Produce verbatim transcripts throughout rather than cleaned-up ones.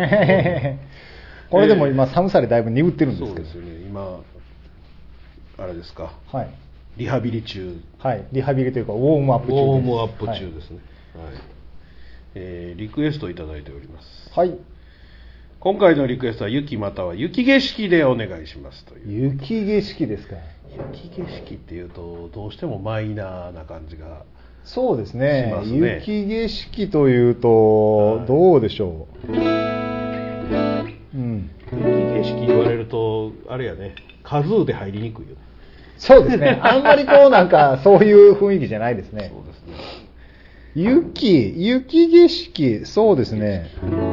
これでも今寒さでだいぶ鈍ってるんですけど、 そうですよね。今あれですか、 はい、 リハビリ中、 はい、リハビリというかウォームアップ中です。 ウォームアップ中ですね、はいはい。えー、リクエストいただいております。 はい。 今回のリクエストは雪または雪景色でお願いしますという。 雪景色ですか。 雪景色っていうとどうしてもマイナーな感じが。 そうですね。 しますね。 雪景色というと、はい、どうでしょう。うん。 雪景色言われるとあれやね、カズーで入りにくいよね。 そうですね。あんまりこうなんかそういう雰囲気じゃないですね。 そうですね。 雪、雪景色、そうですね。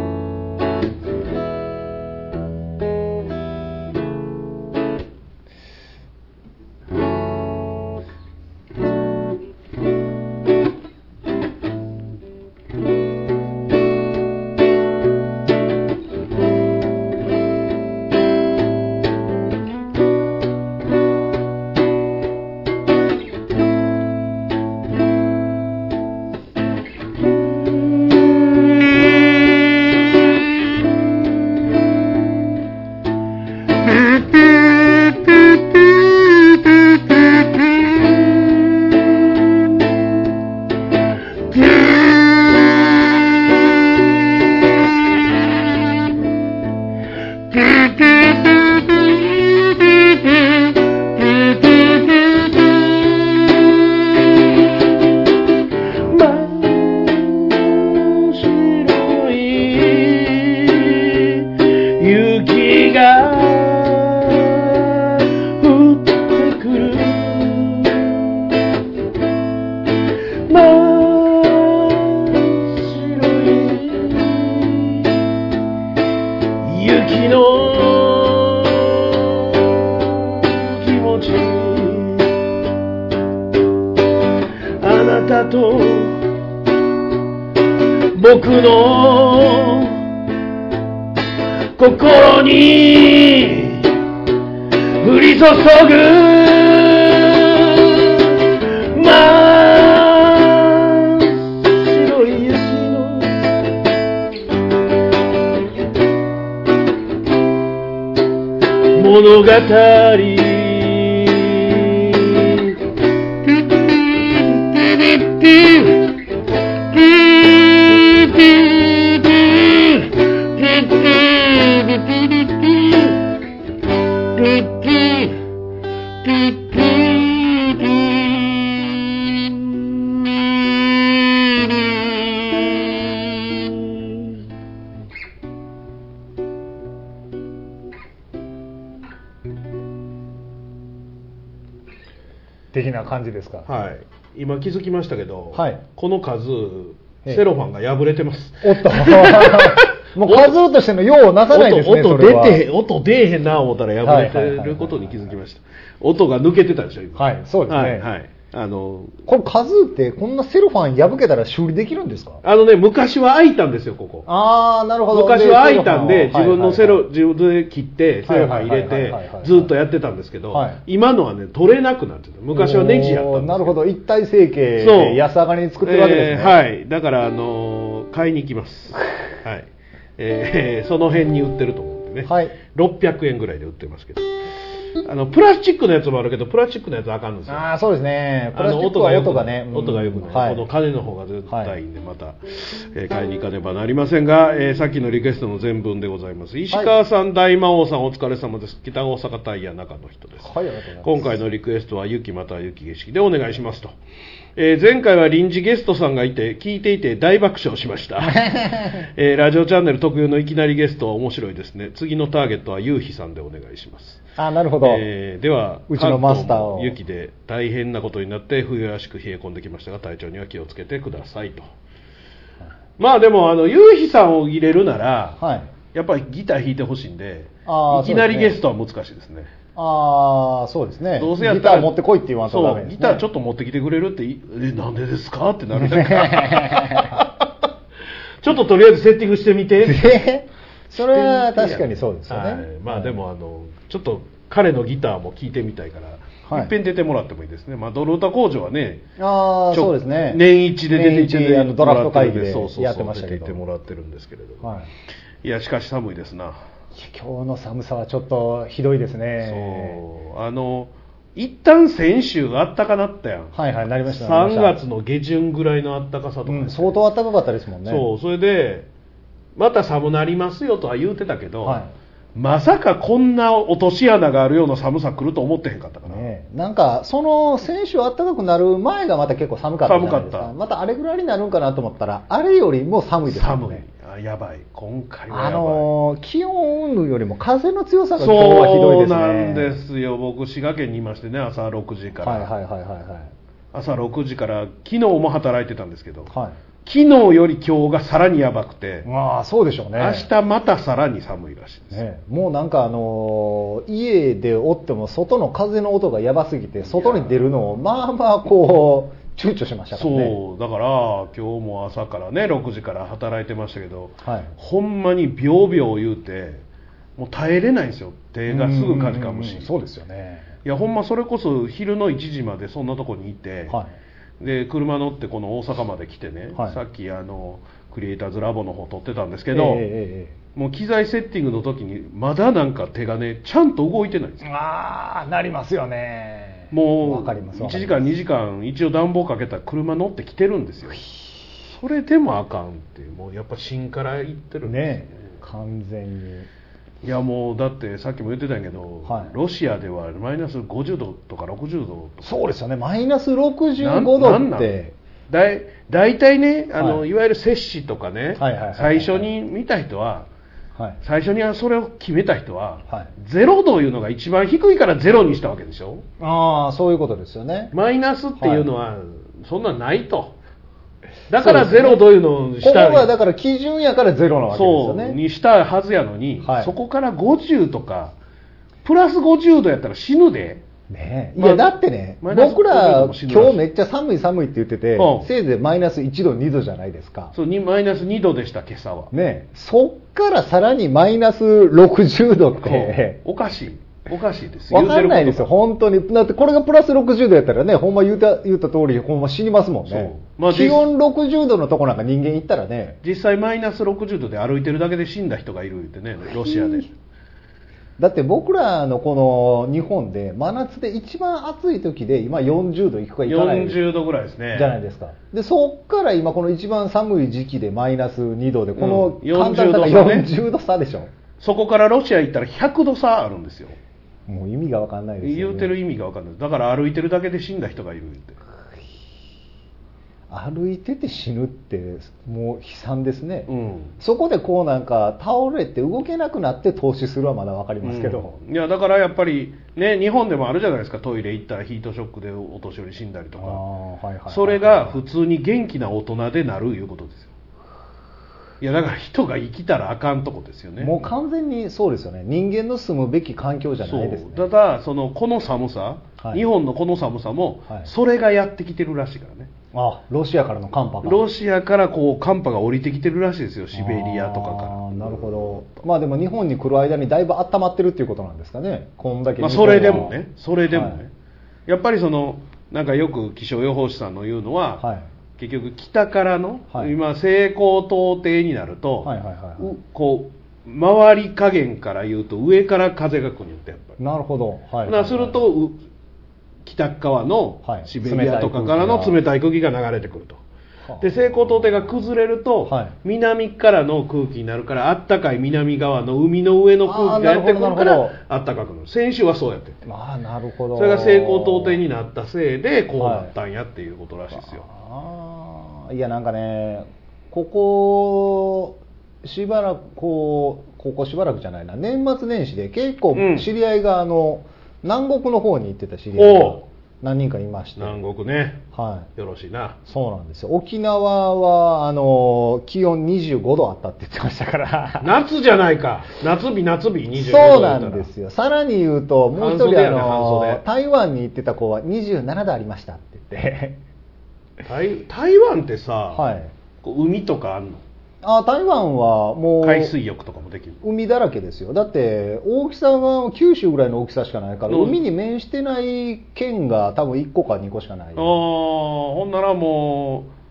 僕の心に降り注ぐ真っ白い雪の物語。 的な感じですか。 はい。今気づきましたけど、 はい、 この数セロファンが破れてます。 おっともう数としての用をなさないですね。 音出て音出えへんな思ったら破れてることに気づきました。音が抜けてたでしょ今。 はい、そうですね。 はいはい。あのこれ数ってこんなセロファン破けたら修理できるんですか？ あのね、昔は開いたんですよここ。 ああ、なるほど。 昔は開いたんで自分のセロ、自分で切ってセロファン入れてずっとやってたんですけど、はい、今のはね取れなくなってた。昔はネジやったんです。 なるほど。一体成形で安上がりに作ってるわけですね。 えー、はい。だからあの買いに行きます。はい。えー、その辺に売ってると思うんでね。はい。ろっぴゃくえんぐらいで売ってますけど。あのプラスチックのやつもあるけどプラスチックのやつはあかんですよ。 ああ、そうですね。プラスチックは音がね、 音がよくない、はい、この金の方が絶対いいんで、また、えー、買いに行かねばなりませんが、えー、さっきのリクエストの全文でございます。石川さん、はい、大魔王さんお疲れ様です。北大阪タイヤ中の人です。はい、ありがとうございます。今回のリクエストは雪または雪景色でお願いしますと。えー、前回は臨時ゲストさんがいて聞いていて大爆笑しました、えー、ラジオチャンネル特有のいきなりゲストは面白いですね。次のターゲットはゆうひさんでお願いします。 あ、なるほど、 えー、ではうちのマスターを雪で大変なことになって冬らしく冷え込んできましたが体調には気をつけてくださいと。まあでもあのゆうひさんを入れるなら、はい、やっぱりギター弾いてほしいんで、あ、いきなりゲストは難しいですね。 ああ、そうですね。 どうせやったらギター持ってこいって言わんとダメですね。 そう、ギターちょっと持ってきてくれるって、え、なんでですかってなるやんかちょっととりあえずセッティングしてみてそれは確かにそうですよね、はい、 まあでもあのちょっと彼のギターも聴いてみたいから、はい、いっぺん出てもらってもいいですね。まあドル歌工場はね、 あ、そうですね、 年一で出ていて、 ドラフト会議でやってましたけど、 出ていてもらってるんですけれど、はい、 いやしかし寒いですな。 今日の寒さはちょっとひどいですね。 そうあの一旦先週があったかなったやん。 はいはい、なりました。 さんがつの下旬ぐらいのあったかさとか、ね、 うん、相当あったかかったですもんね。 そうそれでまた寒なりますよとは言うてたけど、 はい、 まさかこんな落とし穴があるような寒さ来ると思ってへんかったから、 ね、なんかその先週あったかくなる前がまた結構寒かったじゃないですか。寒かった。またあれぐらいになるんかなと思ったらあれよりも寒いですよね。 寒い。あやばい。今回はやばい。 あのー、気温云々よりも風の強さが今日はひどいですね。 そうなんですよ。僕滋賀県にいましてね、朝ろくじから、 はいはいはいはい、はい、 朝ろくじから昨日も働いてたんですけど、 はい、 昨日より今日がさらにやばくて、 まあそうでしょうね。 明日またさらに寒いらしいです、 ね、もうなんかあのー、家でおっても外の風の音がやばすぎて外に出るのをまあまあこう躊躇しましたからね。 そうだから今日も朝からねろくじから働いてましたけど、 はい、 ほんまにビョービョー言うてもう耐えれないんですよ。手がすぐかじかむし。 そうですよね。 いやほんまそれこそ昼のいちじまでそんなとこにいて、はい、で車乗ってこの大阪まで来てね、はい、さっきあのクリエイターズラボの方撮ってたんですけど、えーえー、もう機材セッティングの時にまだなんか手がねちゃんと動いてないんですよ。 ああなりますよね。 もういちじかんにじかん一応暖房かけたら車乗ってきてるんですよ。それでもあかんってもうやっぱ芯から言ってるんですね。 完全に。 いやもうだってさっきも言ってたんやけど、はい、ロシアではマイナスごじゅうどとかろくじゅうどとか。 そうですよね。マイナスろくじゅうごどってだいだいたいねあの、はい、いわゆる摂氏とかね、最初に見た人は、はい、最初にそれを決めた人は、はい、ゼロどいうのが一番低いからゼロにしたわけでしょ。 ああそういうことですよね。 マイナスっていうのは、はい、そんなないと。だからゼロどいうのをした、 ここはだから基準やからゼロなわけですよね。 そうにしたはずやのに、はい、そこからごじゅうとかプラスごじゅうどやったら死ぬで。 ねえ、いやだってね、まあ、僕ら今日めっちゃ寒い寒いって言ってて、うん、せいぜいマイナスいちどにどじゃないですか。 そうマイナスにどでした今朝は。 ねえ、そっからさらにマイナスろくじゅうどって、 うん、おかしいおかしいです。 分かんないですよ本当に。だってこれがプラスろくじゅうどやったらね、ほんま言うた言った通りほんま死にますもんね。まあ、気温ろくじゅうどのとこなんか人間行ったらね、 実際マイナスろくじゅうどで歩いてるだけで死んだ人がいるってね、ロシアで。 だって僕らのこの日本で真夏で一番暑い時で今よんじゅうどいくかいかないよんじゅうどぐらいですねじゃないですか。でそっから今この一番寒い時期でマイナスにどでこの簡単さがよんじゅうど差でしょ、うん、 そこからロシア行ったらひゃくど差あるんですよ。 もう意味が分かんないですよね。 言うてる意味が分かんない。だから歩いてるだけで死んだ人がいるって。 歩いてて死ぬってもう悲惨ですね、 うん、 そこでこうなんか倒れて動けなくなって投資するはまだ分かりますけど、 うん、いやだからやっぱりね日本でもあるじゃないですか。トイレ行ったらヒートショックでお年寄り死んだりとか、はいはいはい、それが普通に元気な大人でなるいうことですよ。いやだから人が生きたらあかんとこですよね。 もう完全にそうですよね。人間の住むべき環境じゃないですね。 ただそのこの寒さ、はい、日本のこの寒さも、はい、それがやってきてるらしいからね。 あ、ロシアからの寒波が。 ロシアからこう寒波が降りてきてるらしいですよ。シベリアとかから。 あ、なるほど。まあでも日本に来る間にだいぶ温まってるっていうことなんですかね。こんだけ。 まあそれでもね、それでもね、はい、やっぱりそのなんかよく気象予報士さんの言うのは、はい、結局北からの、はい、今西高東低になると、はいはいはいはい、こう回り加減から言うと上から風が来るってやっぱり。なるほど。 はいはいはい、すると北側のシベリアとかからの冷たい空気が流れてくると。で西高東低が崩れると、はい、南からの空気になるからあったかい南側の海の上の空気がやってくるからあったかくなる。先週はそうやってて、 あ、なるほど。 それが西高東低になったせいでこうなったんやっていうことらしいですよ。 はい、あ、いやなんかねここしばらくこうここしばらくじゃないな、年末年始で結構知り合いがあの、うん、南国の方に行ってた知り合いが何人かいまして。 南国ね、 はい、 よろしいな。 そうなんですよ。沖縄はあの気温にじゅうごどあったって言ってましたから夏じゃないか。夏日夏日にじゅうごど。そうなんですよ。さらに言うともう一人、ね、あの台湾に行ってた子はにじゅうななどありましたって言って台, 台湾ってさ、 はい、 海とかあんの？ あ、台湾はもう海水浴とかもできる。 海だらけですよ。だって大きさが九州ぐらいの大きさしかないから、うん、海に面してない県が多分いっこかにこしかない。ああ、 ほんならも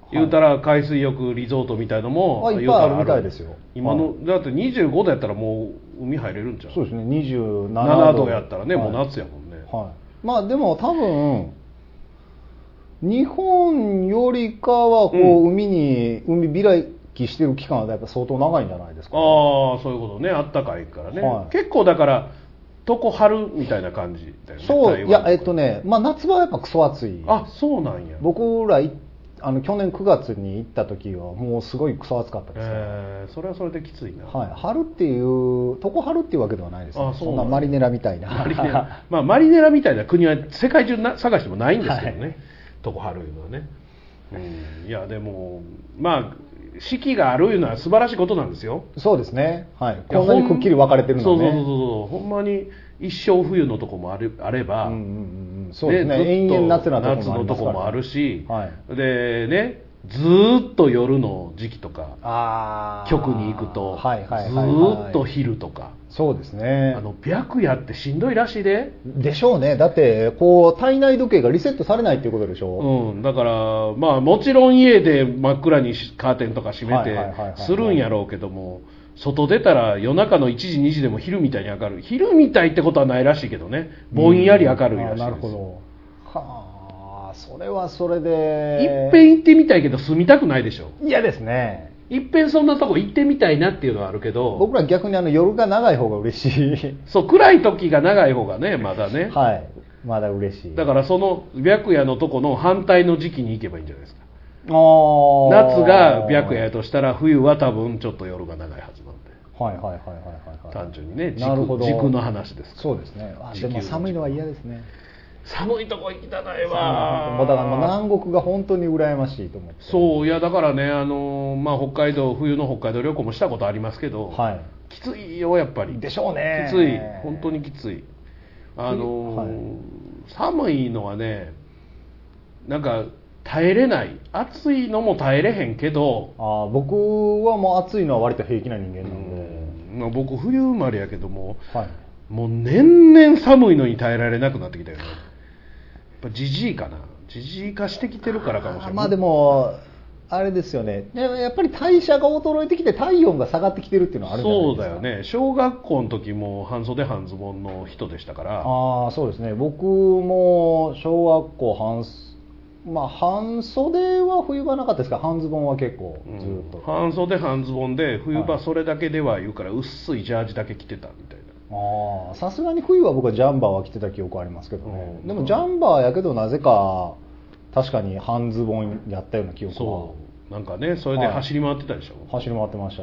言うたら海水浴リゾートみたいのもいっぱいあるみたいですよ。 今のだってにじゅうごどやったらもう海入れるんじゃん。 そうですね、にじゅうなななどどやったらね、はい、もう夏やもんね。 はい、まあでも多分日本よりかはこう、うん、海に海開きしてる期間はやっぱ相当長いんじゃないですか、ね、 ああそういうことね、あったかいからね、はい、結構だから床春みたいな感じだよね。 そういやえっとね、まあ、夏場はやっぱクソ暑い。 あそうなんや。 僕らあの去年くがつに行った時はもうすごいクソ暑かったですから、 えー、それはそれできついな、 はい、春っていう床春っていうわけではないですね。あ そ, そんなマリネラみたいなマリネラ、まあ、マリネラみたいな国は世界中な探してもないんですけどね、はい、床春いうのはね、うん、いやでもまあ四季があるいうのは素晴らしいことなんですよ。 そうですね、はい、こんなにくっきり分かれてるのはね。 そうそうそうそう、ほんまに一生冬のとこもあれあれば、うんうんうん、そうですね、延々夏のとこもあるし、はい、でねずーっと夜の時期とかあ局に行くと、はいはいはいはい、ずーっと昼とか。 そうですね、 あの白夜ってしんどいらしいで。 でしょうね。だってこう体内時計がリセットされないっていうことでしょう、 うん、だからまあもちろん家で真っ暗にカーテンとか閉めてするんやろうけども、外出たら夜中のいちじにじでも昼みたいに明るい。昼みたいってことはないらしいけどね、ぼんやり明るいらしいです。 なるほど、はあ、それはそれでいっぺん行ってみたいけど住みたくないでしょ。 嫌ですね。 いっぺんそんなとこ行ってみたいなっていうのはあるけど、 僕ら逆にあの夜が長い方が嬉しい。 そう暗い時が長い方がねまだね、 はいまだ嬉しい。 だからその白夜のとこの反対の時期に行けばいいんじゃないですか。あ夏が白夜としたら冬は多分ちょっと夜が長いはずなんで。 はいはいはいはいはい、はい、 単純にね 軸, 軸の話ですから。 そうですね。あでも寒いのは嫌ですね。 寒いとこ行きたないわ。 もうだから南国が本当に羨ましいと思って。 そういやだからねあの、まあ、北海道冬の北海道旅行もしたことありますけど、はい、きついよやっぱり。 でしょうね。 きつい本当にきつい。あの、はい、寒いのはねなんか耐えれない。暑いのも耐えれへんけど、 あ僕はもう暑いのは割と平気な人間なんで、 うんまあ、僕冬生まれやけども、はい、もう年々寒いのに耐えられなくなってきたよね。じじいかな、じじい化してきてるからかもしれない。 まあでもあれですよね、やっぱり代謝が衰えてきて体温が下がってきてるっていうのはあるんじゃないですか。 そうだよね。小学校の時も半袖半ズボンの人でしたから。 ああそうですね。僕も小学校半まあ半袖は冬場なかったですから半ズボンは結構ずっと、 うん、半袖半ズボンで冬場それだけでは言うから薄いジャージだけ着てたみたいな。 あさすがに冬は僕はジャンバーは着てた記憶ありますけどね、うん、でもジャンバーやけどなぜか確かに半ズボンやったような記憶は。 そうなんかねそれで走り回ってたでしょ、 はい、走り回ってました。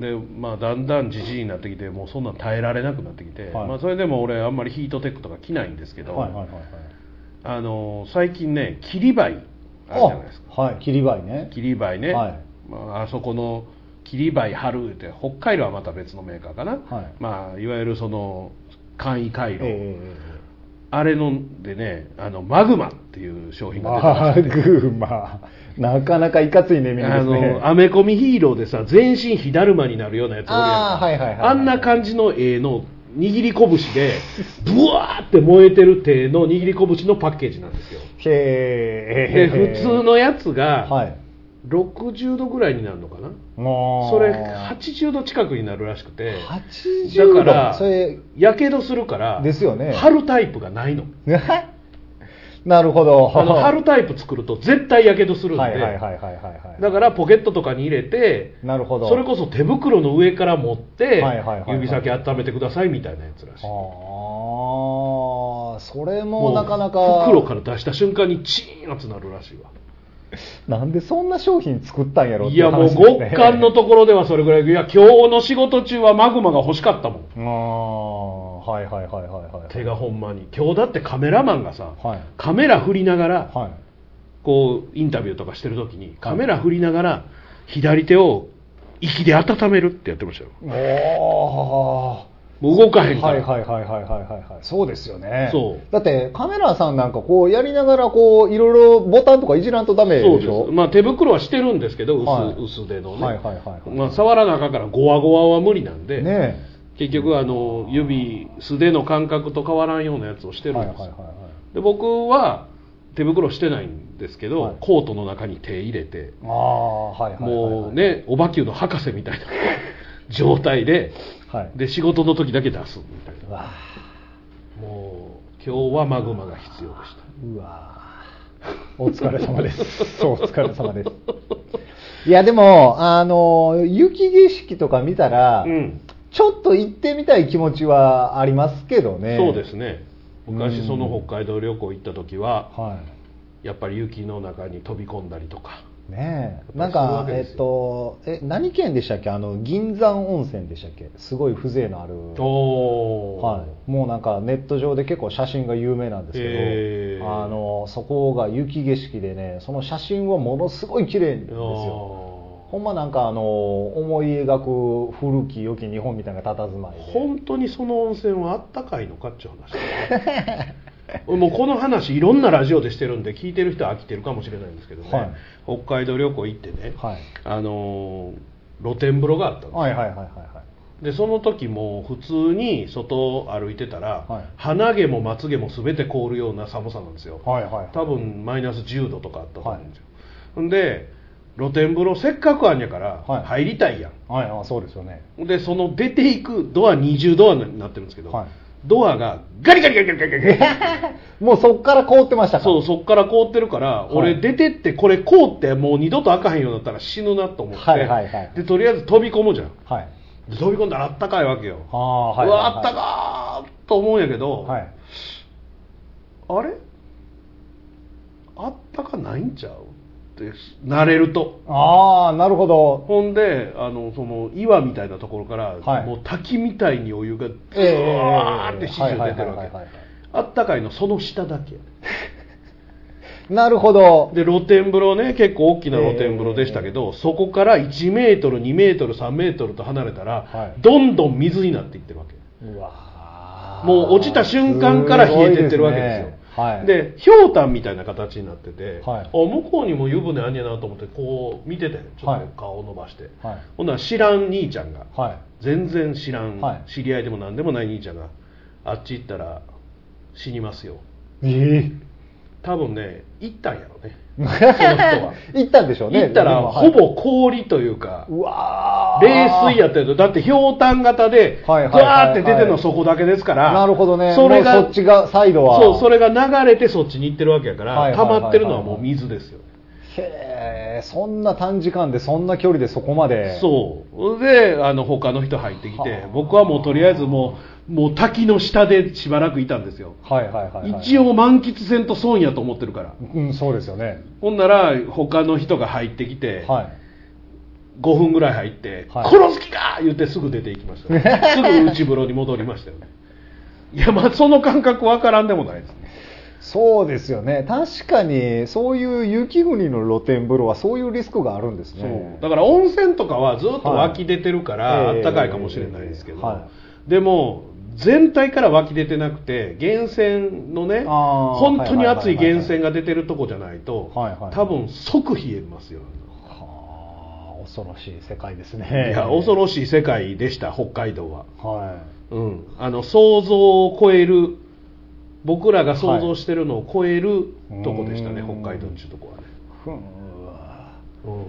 で、まあ、だんだんじじいになってきてもうそんなん耐えられなくなってきて、はいまあ、それでも俺あんまりヒートテックとか着ないんですけど、はいはいはいはい、あの最近ね切りバイあるじゃないですか。 はい切りバイね。 切りバイね、はいまあ、あそこの切りバイ春って北海道はまた別のメーカーかな、はいまあ、いわゆるその簡易回路、えー、あれのでねあのマグマっていう商品が出てまして、 マグマなかなかいかついネーミングですね。 あのアメコミヒーローでさ全身火だるまになるようなやつおるやんか。あ、はいはいはいはい、あんな感じの絵の握り拳でブワーって燃えてる手の握り拳のパッケージなんですよ。へで普通のやつが、はいろくじゅうどぐらいになるのかな。それはちじゅうど近くになるらしくて、 はちじゅうどだからそれやけどするからですよね。 貼るタイプがないの。 なるほど。 あの貼るタイプ作ると絶対やけどするんで、だからポケットとかに入れて、なるほどそれこそ手袋の上から持って指先温めてくださいみたいなやつらしい。ああそれもなかなか袋から出した瞬間にチーンってなるらしいわ。 なんでそんな商品作ったんやろっていう話ですね。いやもう極寒のところではそれぐらい。いや今日の仕事中はマグマが欲しかったもん。ああはいはいはいはいはい。手がほんまに今日だってカメラマンがさ、はい、カメラ振りながら、はい、こうインタビューとかしてる時にカメラ振りながら左手を息で温めるってやってましたよ。おーもう動かへんから。 はいはいはいはいはいはいはい。そうですよね。そう。だってカメラさんなんかこうやりながらこういろいろボタンとかいじらんとダメでしょ。そうです。 まあ手袋はしてるんですけど薄、はい、薄手のね。はいはいはい、はい。まあ触らなあかんからゴワゴワは無理なんで。ね。結局あの指素手の感覚と変わらんようなやつをしてるんです。はいはいはいはい。で僕は手袋してないんですけど、はい、コートの中に手入れて、 あ、はいはいはいはい、 もうねオバキューの博士みたいな状態で、はい、で仕事の時だけ出すみたいな。うわ、もう今日はマグマが必要でした。 うわ、お疲れ様です。お疲れ様です。いやでもあの雪景色とか見たら、うん、ちょっと行ってみたい気持ちはありますけどね。 そうですね。昔その北海道旅行行った時は、うん、はい、やっぱり雪の中に飛び込んだりとかねえ、なんかえっとえ何県でしたっけ、あの銀山温泉でしたっけ、すごい風情のある、お、はい、もうなんかネット上で結構写真が有名なんですけど、えー、あのそこが雪景色でね、その写真はものすごい綺麗なんですよ。ほんまなんかあの思い描く古き良き日本みたいな佇まいで、 本当にその温泉はあったかいのかっていう話もうこの話いろんなラジオでしてるんで聞いてる人は飽きてるかもしれないんですけどね、はい、北海道旅行行ってね、はい、あの露天風呂があったんですよ、はいはいはいはい、でその時も普通に外を歩いてたら、はい、鼻毛もまつ毛も全て凍るような寒さなんですよ、はいはいはい、多分マイナスじゅうどとかあったと思うんですよ、はい、で露天風呂せっかくあんやから入りたいやん、 はい、はい、そうですよね。 でその出ていくドアにじゅうドアになってるんですけど、はい、ドアがガリガリガリガリガリガリもうそっから凍ってましたか。 そう、そっから凍ってるから、はい、俺出てってこれ凍ってもう二度と開かへんようになったら死ぬなと思って、はいはいはい、でとりあえず飛び込むじゃん、はい、で飛び込んだらあったかいわけよ、は、はいはいはい、うわあったかーと思うんやけど、はい、あれあったかないんちゃうって慣れると、 ああなるほど。 ほんであのその岩みたいなところから、はい、もう滝みたいにお湯がズワーってしず出てるわけ、あったかいのその下だけなるほど。 で露天風呂ね、結構大きな露天風呂でしたけど、えー、そこからいちメートルにメートルさんメートルと離れたら、はい、どんどん水になっていってるわけ。うわ、もう落ちた瞬間から冷えてってるわけですよ。はい、でひょうたんみたいな形になってて、はい、あ向こうにも湯船あんやなと思ってこう見てて、ちょっと顔を伸ばして、はい、ほんなら知らん兄ちゃんが、はい、全然知らん、はい、知り合いでも何でもない兄ちゃんが、あっち行ったら死にますよ、えー、多分ね行ったんやろねその人は行ったんでしょうね。 行ったらほぼ氷というか、うわ冷水やったけど、だってひょうたん型でグワーって出てるのそこだけですから、 なるほどね。それがそっちがサイドはそう、それが流れてそっちに行ってるわけやから、はいはいはいはい、溜まってるのはもう水ですよ。 へえ、そんな短時間でそんな距離でそこまで。 そうであの他の人入ってきて、僕はもうとりあえずもうもう滝の下でしばらくいたんですよ、はいはいはいはい、一応満喫せんと損やと思ってるから、 うん、そうですよね。 ほんなら他の人が入ってきて、はい、ごふんぐらい入って、はい、殺す気か言ってすぐ出ていきましたねすぐ内風呂に戻りましたよねいやまあその感覚わからんでもないですね。 そうですよね。確かにそういう雪国の露天風呂はそういうリスクがあるんですね。 そうだから温泉とかはずっと湧き出てるからあったかいかもしれないですけど、はい、でも全体から湧き出てなくて源泉のね本当に熱い源泉が出てるとこじゃないと、はいはいはい、多分即冷えますよ。 はあ、恐ろしい世界ですね。 いや恐ろしい世界でした北海道は、はい、うん、あの想像を超える、僕らが想像してるのを超えるとこでしたね、はい、北海道っていうとこはね。ふん、うん、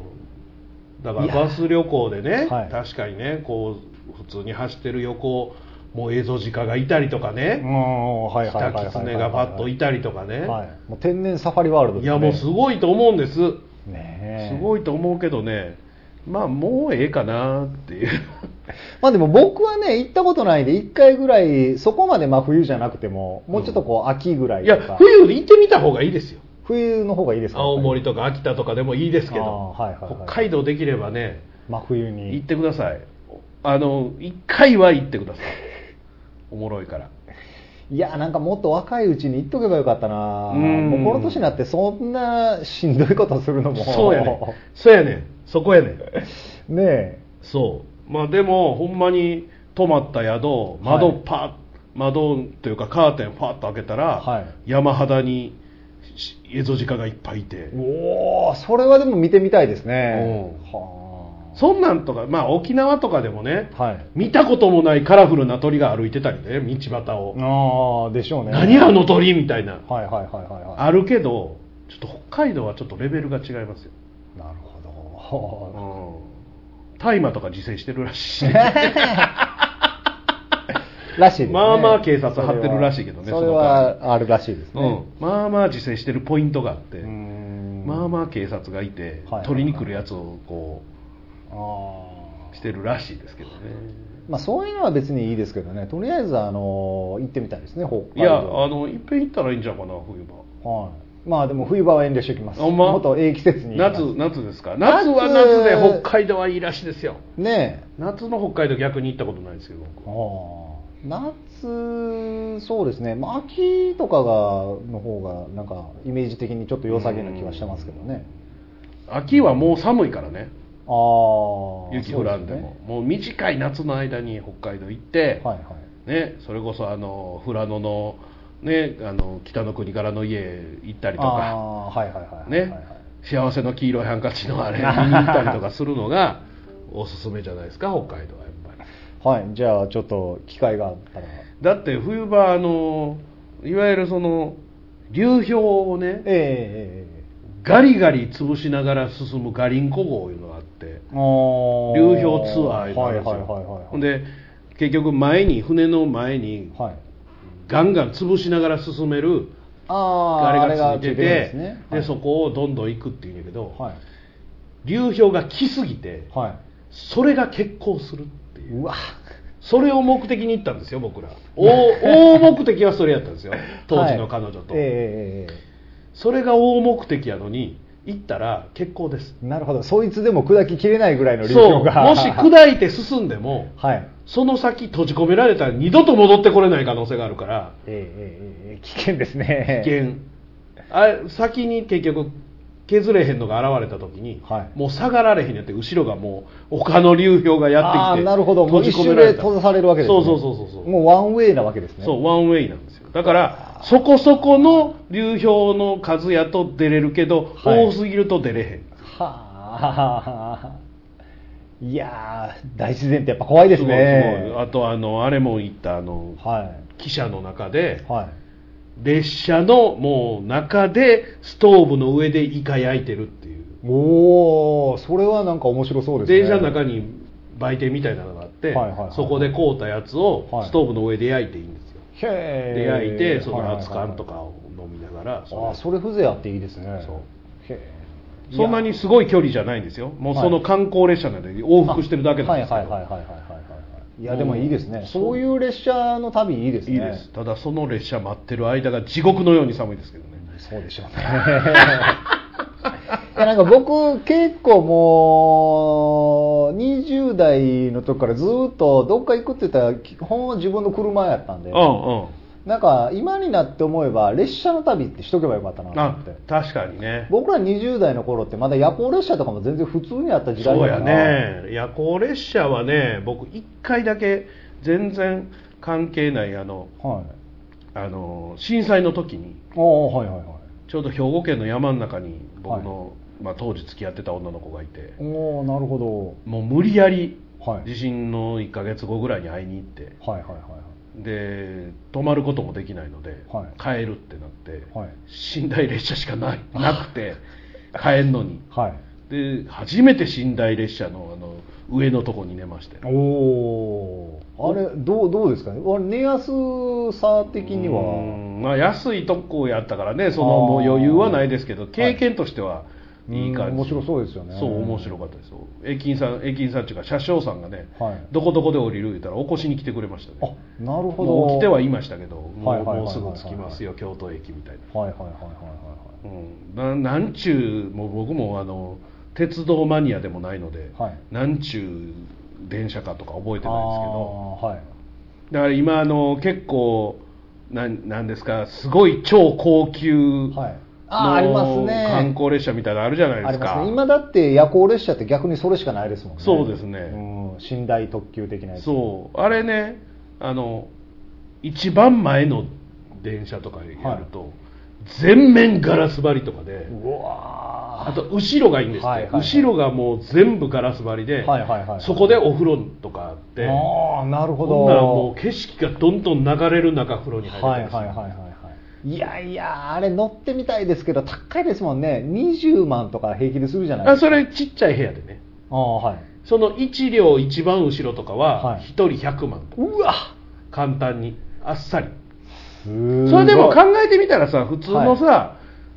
だからバス旅行でね、はい、確かにねこう普通に走ってる横もうエゾジカがいたりとかね、キタキツネがパッといたりとかね、 はい、もう天然サファリワールドですね。 いやもうすごいと思うんです、ね、すごいと思うけどね、まあもうええかなっていうまあでも僕はね行ったことないんでいっかいぐらい、そこまで真冬じゃなくてももうちょっとこう秋ぐらいとか、 いや冬で行ってみた方がいいですよ。 冬の方がいいですか。 青森とか秋田とかでもいいですけど、はいはいはい、北海道できればね真冬に行ってください。あのいっかいは行ってくださいおもろいから。 いやなんかもっと若いうちに行っとけばよかったな。もうこの年になってそんなしんどいことするのもそうやねそうやねそこやねねえ。 そうまあでもほんまに泊まった宿窓パッ、はい、窓というかカーテンパッと開けたら、はい、山肌にエゾジカがいっぱいいて、 おおそれはでも見てみたいですね。はそんなんとか、まあ沖縄とかでもね、 はい、 見たこともないカラフルな鳥が歩いてたりね、道端を。 ああ、でしょうね。 何あの鳥みたいな。 はいはいはいはい、はい。 あるけど、ちょっと北海道はちょっとレベルが違いますよ。 なるほど。 うん。大麻とか自生してるらしい。 らしいですね。 まあまあ警察張ってるらしいけどね。 それはあるらしいですね。 うん。まあまあ自生してるポイントがあって、まあまあ警察がいて、はいはいはい、取りに来るやつをこう、あしてるらしいですけどね。 まあそういうのは別にいいですけどね。とりあえずあの行ってみたいですね。北海道。 いやあのいっぺん行ったらいいんじゃないかな、冬場。 はい。まあでも冬場は遠慮しておきます。ま、もっとええ季節に。 夏夏ですか。夏は夏で北海道はいいらしいですよ。 ねえ。 夏の北海道逆に行ったことないですけど。 ああ。夏そうですね。まあ秋とかがの方がなんかイメージ的にちょっと良さげな気はしてますけどね。 秋はもう寒いからね。 ああ。 雪降らんでも、ね、もう短い夏の間に北海道行って、はいはいね、それこそあの富良野のね、あの北の国からの家行ったりとか、 はいはいはいね、幸せの黄色いハンカチのあれ見に行ったりとかするのがおすすめじゃないですか、北海道はやっぱり。はい、じゃあちょっと機会があったら。 だって冬場あのいわゆるその流氷をね、 えー、 ガリガリ潰しながら進むガリンコ号いうのがあって、流氷ツアーいうのがあるんですよ。ほんで結局前に船の前に、はい、ガンガン潰しながら進めるあれがついてて、で、ねはい、そこをどんどん行くっていうんだけど、はい、流氷が来すぎて、はい、それが欠航するっていう、うわそれを目的に行ったんですよ僕ら。大目的はそれやったんですよ当時の彼女と、はいえー、それが大目的やのに行ったら欠航です。 なるほど、そいつでも砕ききれないぐらいの流氷が、 もし砕いて進んでも、はい、その先閉じ込められたら二度と戻ってこれない可能性があるから、 えーえー、危険ですね。 危険。あ先に結局削れへんのが現れた時に、はい、もう下がられへんやって後ろがもう他の流氷がやってきて、 あなるほど、もう一瞬で閉ざされるわけですね。 そうそうそうそう、 もうワンウェイなわけですね。 そうワンウェイなんですよ。だからそこそこの流氷の数やと出れるけど、はい、多すぎると出れへん。はあ。いやー大自然ってやっぱ怖いですね。 すごい。あとあのあれも言ったあの、はい、汽車の中で、はい、列車のもう中でストーブの上でイカ焼いてるっていう。 おー、それはなんか面白そうですね。 電車の中に売店みたいなのがあって、はいはいはいはい、そこで買うたやつをストーブの上で焼いていいんですよ、はい、で焼いてその熱燗とかを飲みながら、 それ、あそれ風情あっていいですね。そうへそんなにすごい距離じゃないんですよ。もうその観光列車なんで往復してるだけなんですけど、はいはいはいはいはいはい。 いやでもいいですね。そういう列車の旅いいですね。 いいです。ただその列車待ってる間が地獄のように寒いですけどね。 そうでしょうね。いやなんか僕結構もうにじゅう代の時からずっとどっか行くって言ったら基本は自分の車やったんで、うんうん、なんか今になって思えば列車の旅ってしとけばよかったなと思って。 確かにね。 僕らにじゅう代の頃ってまだ夜行列車とかも全然普通にあった時代だから。 そうやね。夜行列車はね、僕いっかいだけ全然関係ないあの、はい、あの震災の時に、はいはいはい、ちょうど兵庫県の山の中に僕の、はいまあ、当時付き合ってた女の子がいて、 おなるほど。 もう無理やり、はい、地震のいっかげつごぐらいに会いに行って、はいはいはい、で泊まることもできないので、はい、帰るってなって、はい、寝台列車しかないなくて帰んのに、はい、で初めて寝台列車の、あの上のとこに寝まして、ね、 おあれどう、どうですかね。寝やすさ的には、 うんまあ、安いとこやったからね、そのもう余裕はないですけど、経験としては、はいいい感じ。 面白そうですよね。 そう面白かったですよ。駅員さん駅員さんっていうか車掌さんがね、はい、どこどこで降りる言ったら起こしに来てくれましたね。 あなるほど。 もう来てはいましたけど、もう、もうすぐ着きますよ京都駅みたいな。はいはいはいはいはい。うん、ななんちゅうもう僕もあの鉄道マニアでもないので、はい、なんちゅう電車かとか覚えてないですけど、はい、だから今あの結構なんなんですかすごい超高級。はいあ, ありますね。 観光列車みたいなのあるじゃないですか。 ありますね。今だって夜行列車って逆にそれしかないですもんね。 そうですね。 うん、寝台特急的なやつ。 そうあれね、あの一番前の電車とかやると、はい、全面ガラス張りとかで、うわあと後ろがいいんですって、はいはいはい、後ろがもう全部ガラス張りで、はいはいはい、そこでお風呂とかあって、 あ、なるほど。 ほんならもう景色がどんどん流れる中風呂に入れてます、 はいはいはいはい、はい、いやいや、あれ乗ってみたいですけど高いですもんね。にじゅうまんとか平気でするじゃないですか。 あ、それちっちゃい部屋でね。 あ、はい、 そのいち両一番後ろとかはひとりひゃくまん、はい、 うわ、 簡単にあっさり。それでも考えてみたらさ、普通のさ、はい、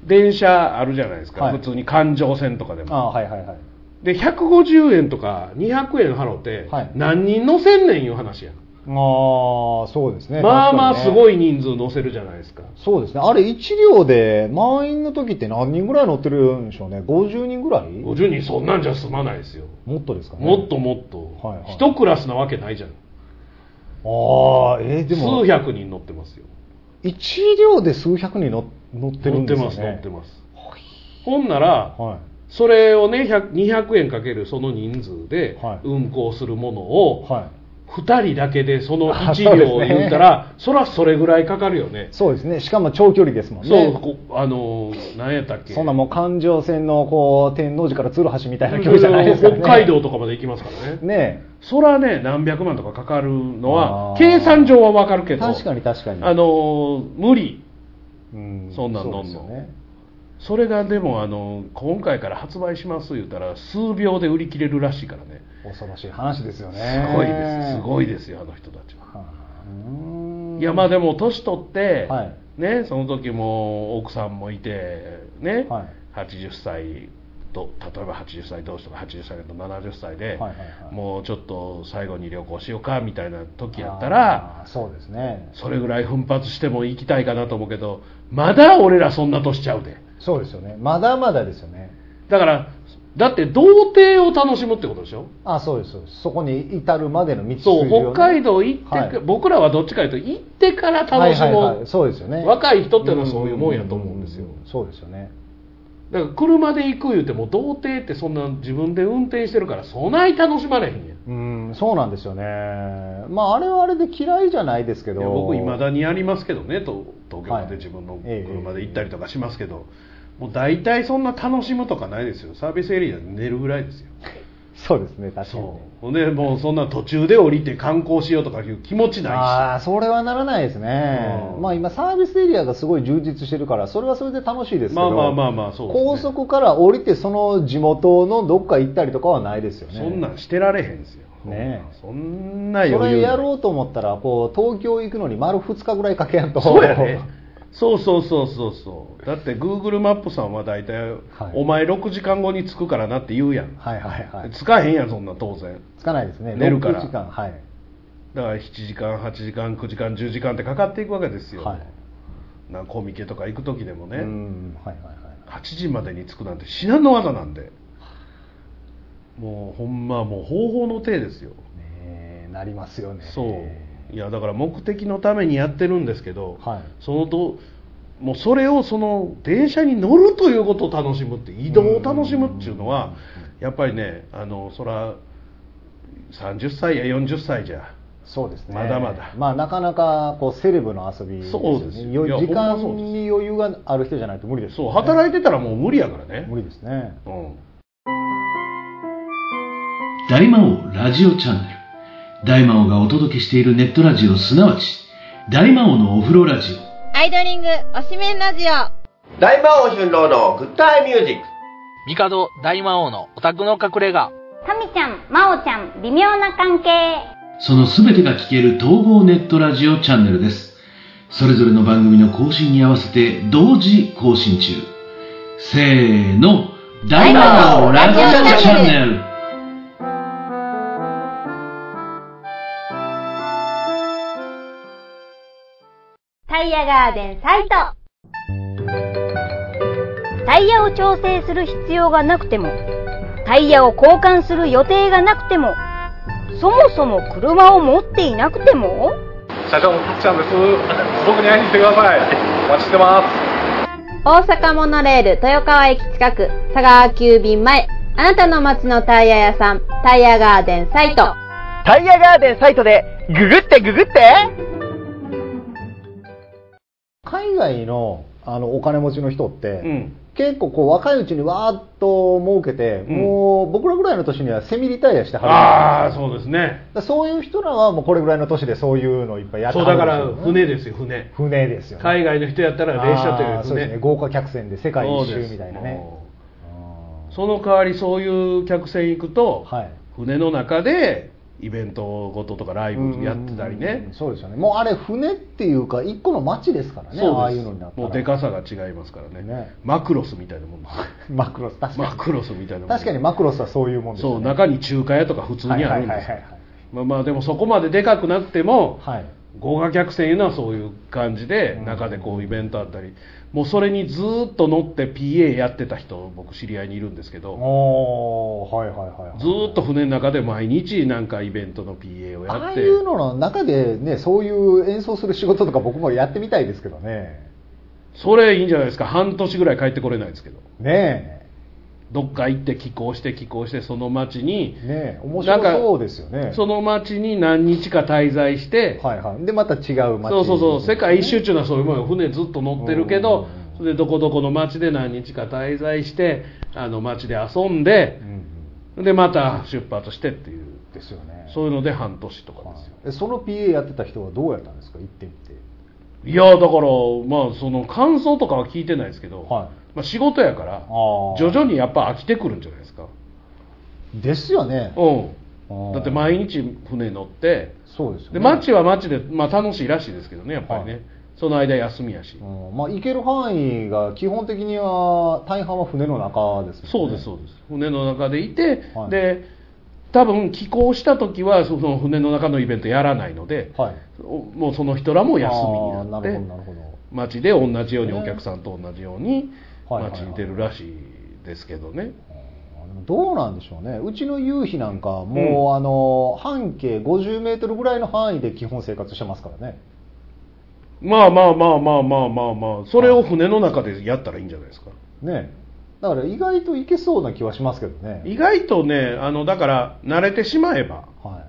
電車あるじゃないですか、はい、普通に環状線とかでも、 あ、はいはいはい、 でひゃくごじゅうえんとかにひゃくえん払って、はい、何人乗せんねんいう話やん。 ああ、そうですね。 まあまあすごい人数乗せるじゃないですか。 そうですね。あれいち両で満員の時って何人ぐらい乗ってるんでしょうね。ごじゅうにんぐらい？ ごじゅうにんそんなんじゃ済まないですよ。 もっとですかね。 もっともっと。はいはい、一クラスなわけないじゃん。 ああ、えー、でも数百人乗ってますよ。 いち両で数百人乗ってるんですよね。 乗ってます乗ってます。ほんなら、はい、それをねにひゃくえんかけるその人数で運行するものを、はい、ふたりだけでそのいち両を言うたら、そりゃそれぐらいかかるよね。 そうですね。しかも長距離ですもんね。 そう、あの何やったっけ。 そんなもう環状線のこう天王寺から鶴橋みたいな距離じゃないですかね。 北海道とかまで行きますからね。 ねえ。 そりゃね何百万とかかかるのは計算上はわかるけど。 確かに確かに。 あの無理。うん、そんなんどんどん。ね、それがでもあの今回から発売します言うたら数秒で売り切れるらしいからね。 恐ろしい話ですよね。 すごいですすごいですよあの人たちは。はあ、いやまあでも年取って、はい、ね、その時も奥さんもいてね、はい、はちじゅっさいと例えばはちじゅっさい同士とかはちじゅっさいとななじゅっさいで、はいはいはい、もうちょっと最後に旅行しようかみたいな時やったら、 そうですね、 それぐらい奮発しても行きたいかなと思うけど、まだ俺らそんな年ちゃうで。 そうですよね、まだまだですよね。 だからだって童貞を楽しむってことでしょ。 あ、そうですそうです。そこに至るまでの道筋を、ね、そう北海道行って、はい、僕らはどっちかというと行ってから楽しもう、はいはいはい、 そうですよね。 若い人っていうのはそういうもんやと思うんですよ。 うんうんうん、そうですよね。 だから車で行く言うても童貞ってそんな自分で運転してるからそない楽しまれへんやん。 うん、そうなんですよね。まああれはあれで嫌いじゃないですけど、いや僕未だにやりますけどね、と東京まで自分の車で行ったりとかしますけど、はい、もう大体そんな楽しむとかないですよ。サービスエリアで寝るぐらいですよ。 そうですね、確かに、ね。 そう。でもうそんな途中で降りて観光しようとかいう気持ちないし。 ああ、それはならないですね。まあ今サービスエリアがすごい充実してるからそれはそれで楽しいですけど。 まあまあまあまあそうですね。 高速から降りてその地元のどっか行ったりとかはないですよね。 そんなんしてられへんですよ。ね。そんな余裕。 それやろうと思ったらこう東京行くのに丸ふつかぐらいかけやんと。 そうやね。そうそうそうそうそう。だって Google マップさんは大体、はい、お前ろくじかんごに着くからなって言うやん。 はいはいはい。 着かへんやんそんな当然。 着かないですね。 寝るから。 ろくじかん、はい。 だからしちじかん、はちじかん、くじかん、じゅうじかんってかかっていくわけですよ。はい。なんかコミケとか行く時でもね。うん、はいはいはい。はちじまでに着くなんて至難の技なんで。もうほんまもう方法の手ですよ。ねえ、なりますよね。 そう。いやだから目的のためにやってるんですけど、はい、そのともうそれをその電車に乗るということを楽しむって移動を楽しむっていうのはやっぱりね、あのそらさんじゅっさいやよんじゅっさいじゃそうですね、 まだまだ、 まあ、なかなかこうセレブの遊びですよね。 そうです。 時間に余裕がある人じゃないと無理ですよね。 そう働いてたらもう無理やからね。 無理ですね。うん。 大魔王ラジオチャンネル。大魔王がお届けしているネットラジオ、すなわち大魔王のお風呂ラジオ、 アイドリングおしめんラジオ、 大魔王春郎のグッタイミュージック、 帝大魔王のオタクの隠れ家、 タミちゃん、マオちゃん、微妙な関係。 そのすべてが聞ける統合ネットラジオチャンネルです。それぞれの番組の更新に合わせて同時更新中。せーの、大魔王ラジオチャンネル。 タイヤガーデンサイト。タイヤを調整する必要がなくても、タイヤを交換する予定がなくても、そもそも車を持っていなくても。 社長のたくちゃんです。僕に会いに来てください。お待ちしてます。 大阪モノレール豊川駅近く、佐川急便前、あなたの街のタイヤ屋さん、タイヤガーデンサイト。 タイヤガーデンサイトでググってググって。 海外のあのお金持ちの人って、 うん、 結構こう若いうちにわーっと儲けて、うん、もう僕らぐらいの年にはセミリタイアしてはる。 ああそうですね。 そういう人らはもうこれぐらいの年でそういうのいっぱいやってはる、 そうだから船ですよ船。 船ですよね。 海外の人やったら列車という船。 そうですね、豪華客船で世界一周みたいなね。 その代わりそういう客船行くと、 はい、 船の中でイベントごととかライブやってたりね。 そうですよね。もうあれ船っていうか一個の街ですからね。 そうです。 ああいうのになったらもうでかさが違いますからね。ね、マクロスみたいなもんです。 マクロス確かに。 マクロスみたいなもん。 確かにマクロスはそういうもんですよね。 そう中に中華屋とか普通にあるんです。まあまあでもそこまででかくなくても、はい、豪華客船いうのはそういう感じで、うん、中でこうイベントあったり。もうそれにずっと乗って ピーエー やってた人僕知り合いにいるんですけど、 はいはいはいはい、 ずっと船の中で毎日なんかイベントの ピーエー をやって、 ああいうのの中でねそういう演奏する仕事とか僕もやってみたいですけどね。 それいいんじゃないですか。半年ぐらい帰ってこれないですけどねえ、 どっか行って寄港して寄港してその町にね、面白そうですよね。 その町に何日か滞在して、 はいはい、でまた違う町、 そうそうそう、世界一周っていうのはそういうもん、船ずっと乗ってるけど、それでどこどこの町で何日か滞在してあの町で遊んで、うん、でまた出発してっていうですよね。 そういうので半年とかですよ。 はい、その ピーエー やってた人はどうやったんですか、行ってみて。 いやだからまあその感想とかは聞いてないですけど、はい、まあ、仕事やから徐々にやっぱ飽きてくるんじゃないですか。 ですよね。 うん、だって毎日船乗って、 そうですよね。 で街は街で、まあ、楽しいらしいですけどねやっぱりね、はい、その間休みやし、 うん、まあ、行ける範囲が基本的には大半は船の中ですよね。 そうですそうです。船の中でいて、はい、で多分寄港した時はその船の中のイベントやらないので、はい、もうその人らも休みになって街で同じようにお客さんと同じように街に出るらしいですけどね。 どうなんでしょうね。うちの夕日なんかもう、うん、あの半径ごじゅうメートルぐらいの範囲で基本生活してますからね。 まあまあまあまあまあまあまあそれを船の中でやったらいいんじゃないですかね。だから意外といけそうな気はしますけどね。 意外とね、あのだから慣れてしまえば、 はい、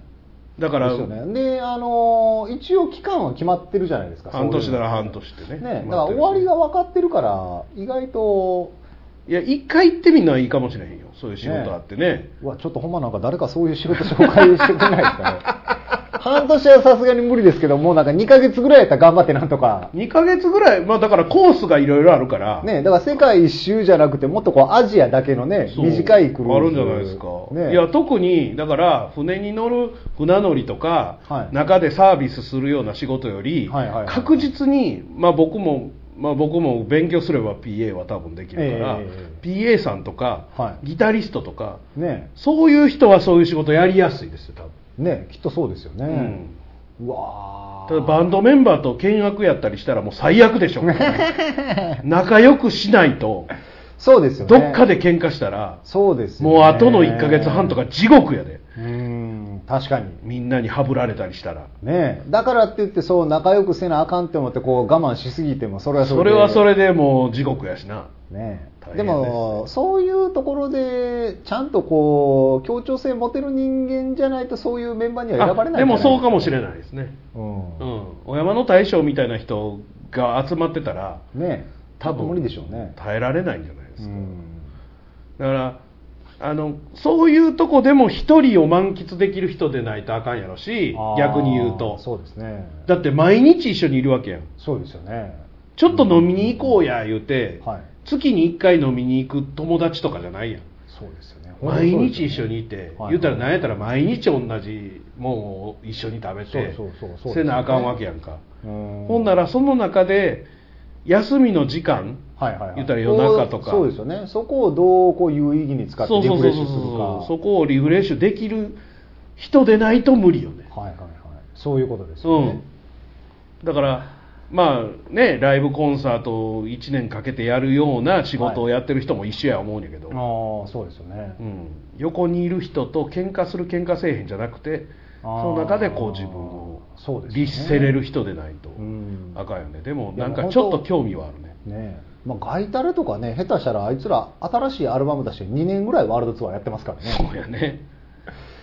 だからですよね。で、あの一応期間は決まってるじゃないですか。 半年なら半年ってね。 ね、だから終わりが分かってるから意外と。 いや一回行ってみるのはいいかもしれへんよ。そういう仕事あってね。ね、 うわちょっとほんまなんか誰かそういう仕事紹介してくれないですかね。半年はさすがに無理ですけどもうなんかにかげつぐらいやったら頑張ってなんとか。 にかげつぐらい、まあだからコースがいろいろあるからね、だから世界一周じゃなくてもっとこうアジアだけのね短いクルーズあるんじゃないですか、ね、いや特にだから船に乗る船乗りとか、はい、中でサービスするような仕事より、はいはいはい、確実にまあ僕もまあ、僕も勉強すれば ピーエー は多分できるから、えー、ピーエー さんとか、はい、ギタリストとか、ね、そういう人はそういう仕事やりやすいですよ多分ね。きっとそうですよね、うん、うわただバンドメンバーと見学やったりしたらもう最悪でしょ仲良くしないとそうですよね。 どっかで喧嘩したらそうですよね、 もうあとのいっかげつはんとか地獄やで。 うーん確かにみんなにハブられたりしたらね。だからって言ってそう仲良くせなあかんって思ってこう我慢しすぎてもそれはそれでそれはそれでもう地獄やしなね。でもそういうところでちゃんとこう協調性持てる人間じゃないとそういうメンバーには選ばれない。 でもそうかもしれないですね、うんうん、お山の大将みたいな人が集まってたらね多分無理でしょうね。 耐えられないんじゃないですか、うん、だからあのそういうとこでも一人を満喫できる人でないとあかんやろし、逆に言うとそうですね。 だって毎日一緒にいるわけやん。 そうですよね。 ちょっと飲みに行こうや言うて、うんはい、月にいっかい飲みに行く友達とかじゃないやん。 そうですよね。 毎日一緒にいて、はい、言うたら何やったら毎日同じもんを一緒に食べてせなあかんわけやんか。ほんならその中で休みの時間、はいはいはい、言ったら夜中とかそうですよね。そこをどうこう有意義に使ってリフレッシュするか、 そこをリフレッシュできる人でないと無理よね。 はいはいはい。そういうことですよね、 うん、だからまあねライブコンサートをいちねんかけてやるような仕事をやってる人も一緒や思うんやけど、はい、 ああそうですよね、 うん、横にいる人と喧嘩する喧嘩せえへんじゃなくてその中でこう自分を律せれる人でないとあかんよね。でもなんかちょっと興味はあるね。 ねまあ、ガイタレとかね下手したらあいつら新しいアルバム出してにねんぐらいワールドツアーやってますからね。 そうやね。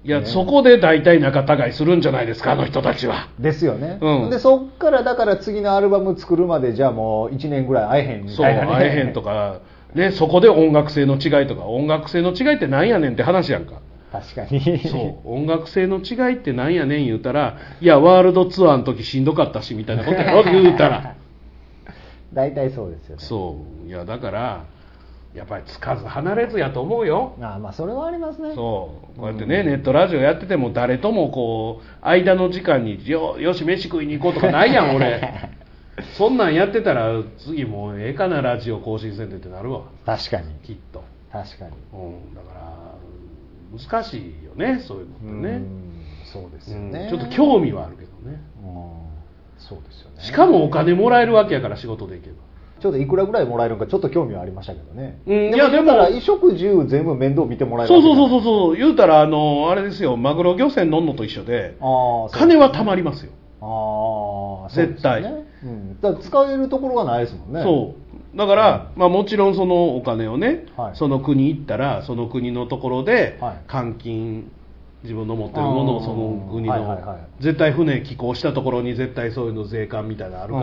いや、ね、そこで大体仲違いするんじゃないですか、あの人たちは。 ですよね、 うん、 でそっからだから次のアルバム作るまでじゃあもういちねんぐらい会えへんみたいな、ね、 そう会えへんとか、ね、そこで音楽性の違いとか、音楽性の違いってなんやねんって話やんか。 確かにそう音楽性の違いってなんやねん言うたら、いやワールドツアーの時しんどかったしみたいなことやろ言うたら大体そうですよね。 そういやだからやっぱりつかず離れずやと思うよ。 ああ、まあそれはありますね。 そうこうやってね、うん、ネットラジオやってても誰ともこう間の時間に よ, よし飯食いに行こうとかないやん俺そんなんやってたら次もうええかなラジオ更新せんでってなるわ。 確かにきっと確かに、 うん、だから難しいよねそういうのってね。うんそうですよね、 うん、ちょっと興味はあるけどね。 うんそうですよね。 しかもお金もらえるわけやから仕事できればちょっといくらぐらいもらえるのかちょっと興味はありましたけどね、 うん、いやでも衣食住全部面倒見てもらえるそうそうそうそうそう言うたらあのあれですよマグロ漁船のんのと一緒で、あ金は貯まりますよ。ああ絶対、ねうん、だから使えるところがないですもんね。 そうだから、うんまあ、もちろんそのお金をね、はい、その国行ったらその国のところで換金自分の持ってるものをその国の、はいはいはい、絶対船寄港したところに絶対そういうの税関みたいなのあるから、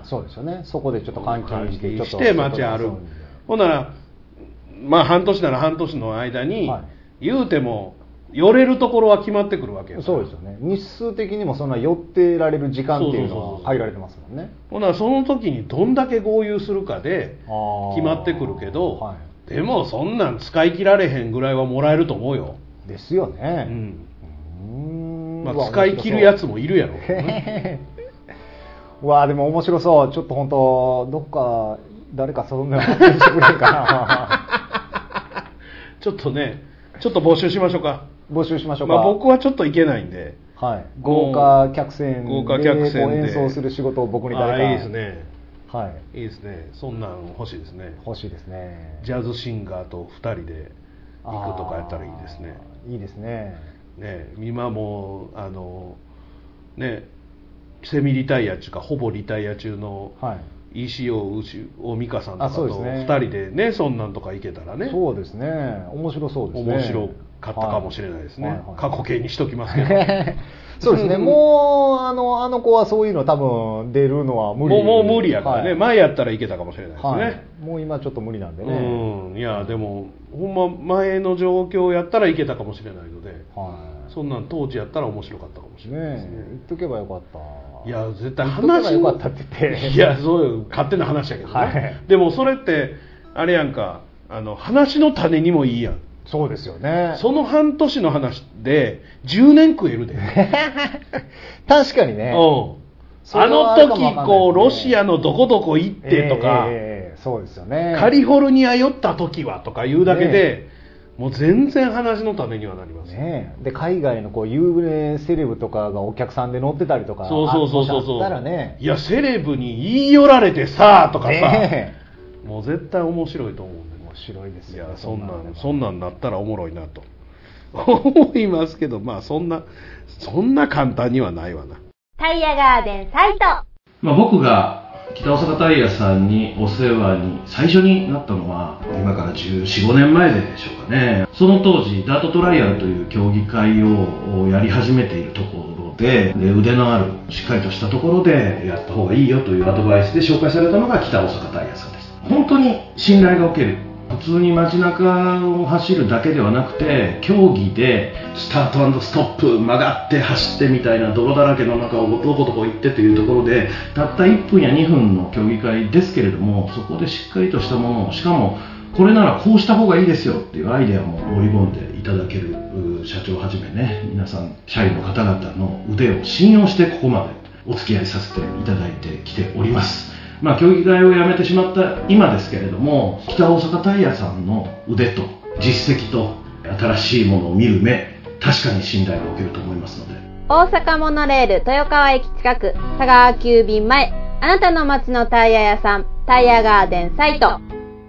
うん、そうですよね。そこでちょっと換金してちょっとして街あるほんならまあ半年なら半年の間に、はい、言うても寄れるところは決まってくるわけよ。 そうですよね。日数的にもそんな寄ってられる時間っていうのは限られてますもんね。 ほんならその時にどんだけ合流するかで決まってくるけど、はい、でもそんなん使い切られへんぐらいはもらえると思うよ。 ですよね。 うん。うーんまあ、使い切るやつもいるやろうわあでも面白そう。ちょっと本当どっか誰かそんなのしてくれんかなちょっとねちょっと募集しましょうか。 募集しましょうか。 まあ、僕はちょっといけないんで、 はい、豪華客船で演奏する仕事を僕に誰か。 あいいですね。 はい、 いいですね。そんなん欲しいですね。 欲しいですね。 ジャズシンガーとふたりで行くとかやったらいいですね。 いいですね。 ね今もあのねセミリタイア中かほぼリタイア中の、はい、イーシーオー 大美香さんとかとふたりでねそんなんとか行けたらね。 そうですね。面白そうですね。 面白かったかもしれないですね。はいはいはい、過去形にしときますけど。 そうですね。もうあのあの子はそういうの多分出るのは無理。 もうもう無理やからね、はい。前やったらいけたかもしれないですね。はい、 もう今ちょっと無理なんでね。 うん。いやでもほんま前の状況やったらいけたかもしれないので、はい、そんなん当時やったら面白かったかもしれないですね。ね言っとけばよかった。 いや絶対話よかったって言って。 いやそういう勝手な話やけどね。はい、でもそれってあれやんかあの話の種にもいいやん。 そうですよね。 その半年の話でじゅうねん食えるで確かにね。 うんあの時こうロシアのどこどこ行ってとか、 えーえー、そうですよね。 カリフォルニア寄った時はとか言うだけで、ね、もう全然話のためにはなります、 ね、で海外のこう有名セレブとかがお客さんで乗ってたりとかそうそうそうそうそうあったらね。 いやセレブに言い寄られてさとかさ、ね、もう絶対面白いと思うんで。 面白いですよ、ね、 いやそんなんそんなんなったらおもろいなと思いますけど、まあそんなそんな簡単にはないわな。 タイヤガーデンサイト、 まあ、僕が北大阪タイヤさんにお世話に最初になったのは今からじゅうよん、ごねんまえでしょうかね。その当時ダートトライアルという競技会をやり始めているところで、で腕のあるしっかりとしたところでやった方がいいよというアドバイスで紹介されたのが北大阪タイヤさんです。本当に信頼がおける。普通に街中を走るだけではなくて競技でスタート&ストップ曲がって走ってみたいな泥だらけの中をどこどこ行ってというところでたったいっぷんやにふんの競技会ですけれどもそこでしっかりとしたものをしかもこれならこうした方がいいですよっていうアイデアも盛り込んでいただける社長はじめね皆さん社員の方々の腕を信用してここまでお付き合いさせていただいてきております。まあ、競技会をやめてしまった今ですけれども北大阪タイヤさんの腕と実績と新しいものを見る目確かに信頼がおけると思いますので。 大阪モノレール豊川駅近く佐川急便前あなたの街のタイヤ屋さんタイヤガーデンサイト。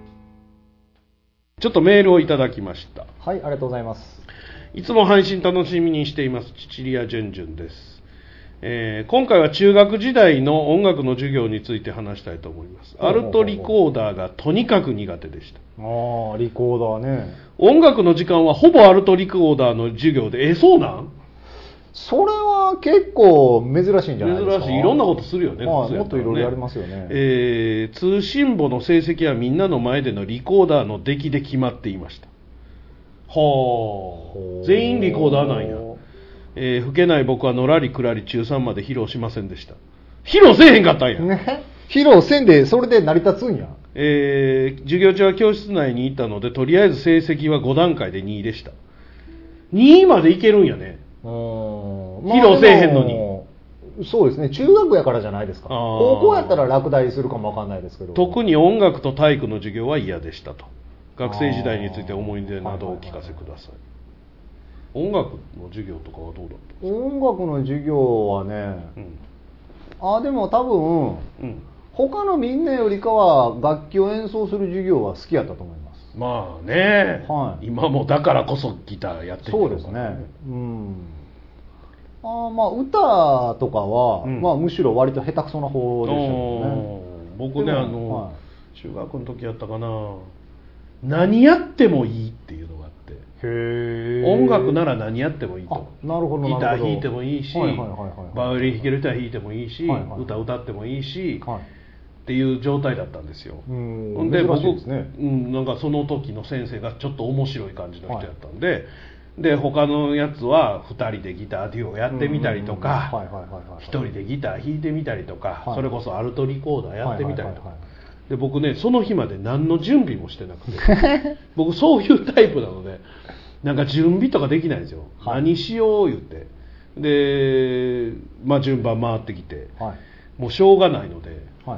ちょっとメールをいただきました。 はい、ありがとうございます。 いつも配信楽しみにしています。チチリアジュンジュンです。 えー、今回は中学時代の音楽の授業について話したいと思います。アルトリコーダーがとにかく苦手でした。 ああ、リコーダーね。 音楽の時間はほぼアルトリコーダーの授業で、え、そうなん？ それは結構珍しいんじゃないですか。 珍しい。いろんなことするよね。 まあ、もっといろいろやりますよね。 えー、通信簿の成績はみんなの前でのリコーダーの出来で決まっていました。はあ。全員リコーダーなんや。えー、吹けない僕はのらりくらり中さんまで披露しませんでした。披露せえへんかったんや。 ね、披露せんでそれで成り立つんや。 えー、授業中は教室内にいたので、とりあえず成績はご段階でにいでした。にいまでいけるんやね。 うーん、 披露せえへんのに。 そうですね、中学やからじゃないですか。高校やったら落第するかもわかんないですけど。 特に音楽と体育の授業は嫌でしたと。学生時代について思い出などをお聞かせください。音楽の授業とかはどうだった？ 音楽の授業はね、うん、あでも多分、うん、他のみんなよりかは楽器を演奏する授業は好きやったと思います。 まあね、はい、今もだからこそギターやってる、ね、 そうですね、うん、あまあ歌とかは、うん、まあ、むしろ割と下手くそな方でしたけどね。 僕ね、あの、はい、中学の時やったかな、何やってもいいっていうのがあって、へ音楽なら何やってもいいと。 なるほど、 ギター弾いてもいいし、バイオリン弾ける人は弾いてもいいし、はいはいはい、歌歌ってもいいし、はい、っていう状態だったんですよ。ほんで僕、ね、うん、なんかその時の先生がちょっと面白い感じの人やったんで、はい、で他のやつはふたりでギターデュオやってみたりとか、ひとりでギター弾いてみたりとか、はい、それこそアルトリコーダーやってみたりとか、はいはいはいはい、で僕ねその日まで何の準備もしてなくて僕そういうタイプなのでなんか準備とかできないんですよ、はい、何しよう言ってで、まあ、順番回ってきて、はい、もうしょうがないので、はい、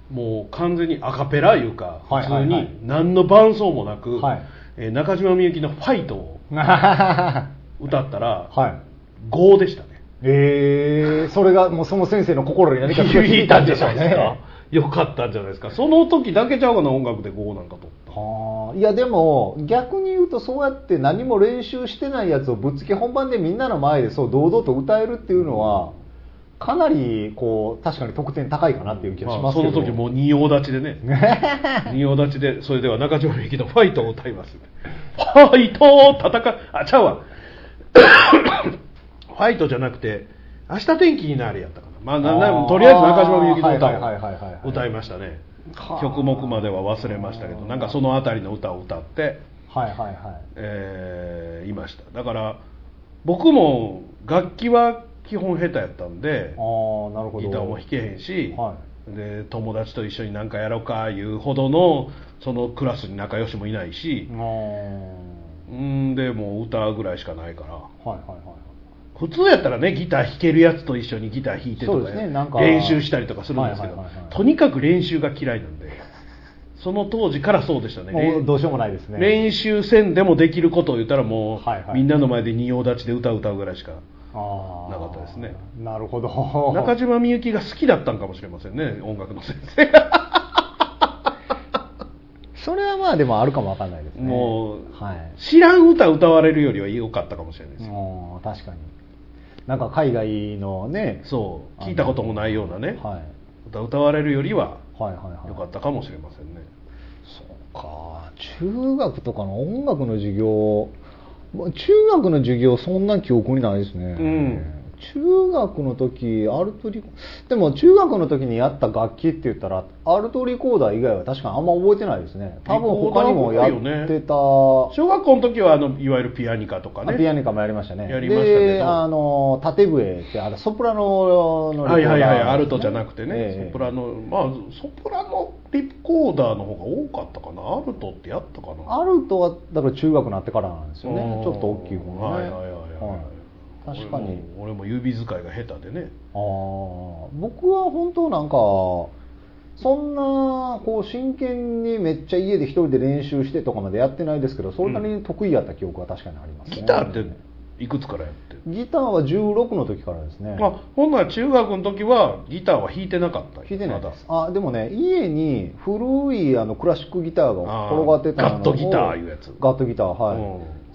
もう完全にアカペラいうか普通に何の伴奏もなく、はい、えー、中島みゆきのファイトを歌ったら、はい、ごでしたね。 えー、それがもうその先生の心に何か響いたんでしょうね。よかったんじゃないですか。その時だけちゃうかな、音楽でごなんかと。 はあ、いやでも逆に言うとそうやって何も練習してないやつをぶっつけ本番でみんなの前でそう堂々と歌えるっていうのはかなりこう確かに得点高いかなっていう気がしますけど、 まあ、その時もう仁王立ちでね仁王立ちでそれでは中島みゆきのファイトを歌います。ファイトを戦うあちゃうわファイトじゃなくて明日天気になれやったかな、まあ、ななとりあえず中島みゆきの歌を歌いましたね。曲目までは忘れましたけどなんかそのあたりの歌を歌って、はいはいはいえー、いました。だから僕も楽器は基本下手やったんで、あなるほどギターも弾けへんし、はい、で友達と一緒に何かやろうかいうほどのそのクラスに仲良しもいないし、んでもう歌ぐらいしかないから、はいはいはい、普通やったらねギター弾けるやつと一緒にギター弾いてとか、ね、なんか練習したりとかするんですけど、はいはいはいはい、とにかく練習が嫌いなんでその当時からそうでしたね。 もうどうしようもないですね。 練習せんでもできることを言ったらもう、はいはい、みんなの前で仁王立ちで歌う歌うぐらいしかなかったですね。 なるほど。 中島みゆきが好きだったんかもしれませんね、音楽の先生それはまあでもあるかもわかんないですね。 もう、はい、知らん歌歌われるよりは良かったかもしれないですよ。 確かになんか海外のねそう聞いたこともないようなね、はい、歌歌われるよりは良かったかもしれませんね。 そうか、中学とかの音楽の授業中学の授業そんな記憶にないですね、うん、中学の時アルトリでも中学の時にやった楽器って言ったらアルトリコーダー以外は確かにあんま覚えてないですね。多分他にもやってた、ね、 小学校の時はあのいわゆるピアニカとかね、 ピアニカもやりましたね。 やりましたけどであの縦笛ってあれソプラノのリコーダー、 はいはいはい、アルトじゃなくてね、えー、ソプラノまあソプラノリコーダーの方が多かったかな。アルトってやったかな。 アルトはだから中学になってからなんですよね。ちょっと大きい方ね。はいはいはい、はい、確かに俺も、俺も指使いが下手でね。 あ僕は本当なんかそんなこう真剣にめっちゃ家で一人で練習してとかまでやってないですけど、それなりに得意やった記憶は確かにありますね。 ギターっていくつからやってる？ ギターはじゅうろくの時からですね。 あ、ほんなら中学の時はギターは弾いてなかった？ 弾いてないです。あ、でもね、家に古いあのクラシックギターが転がってたのをガットギターいうやつ。 ガットギター、はい。うん、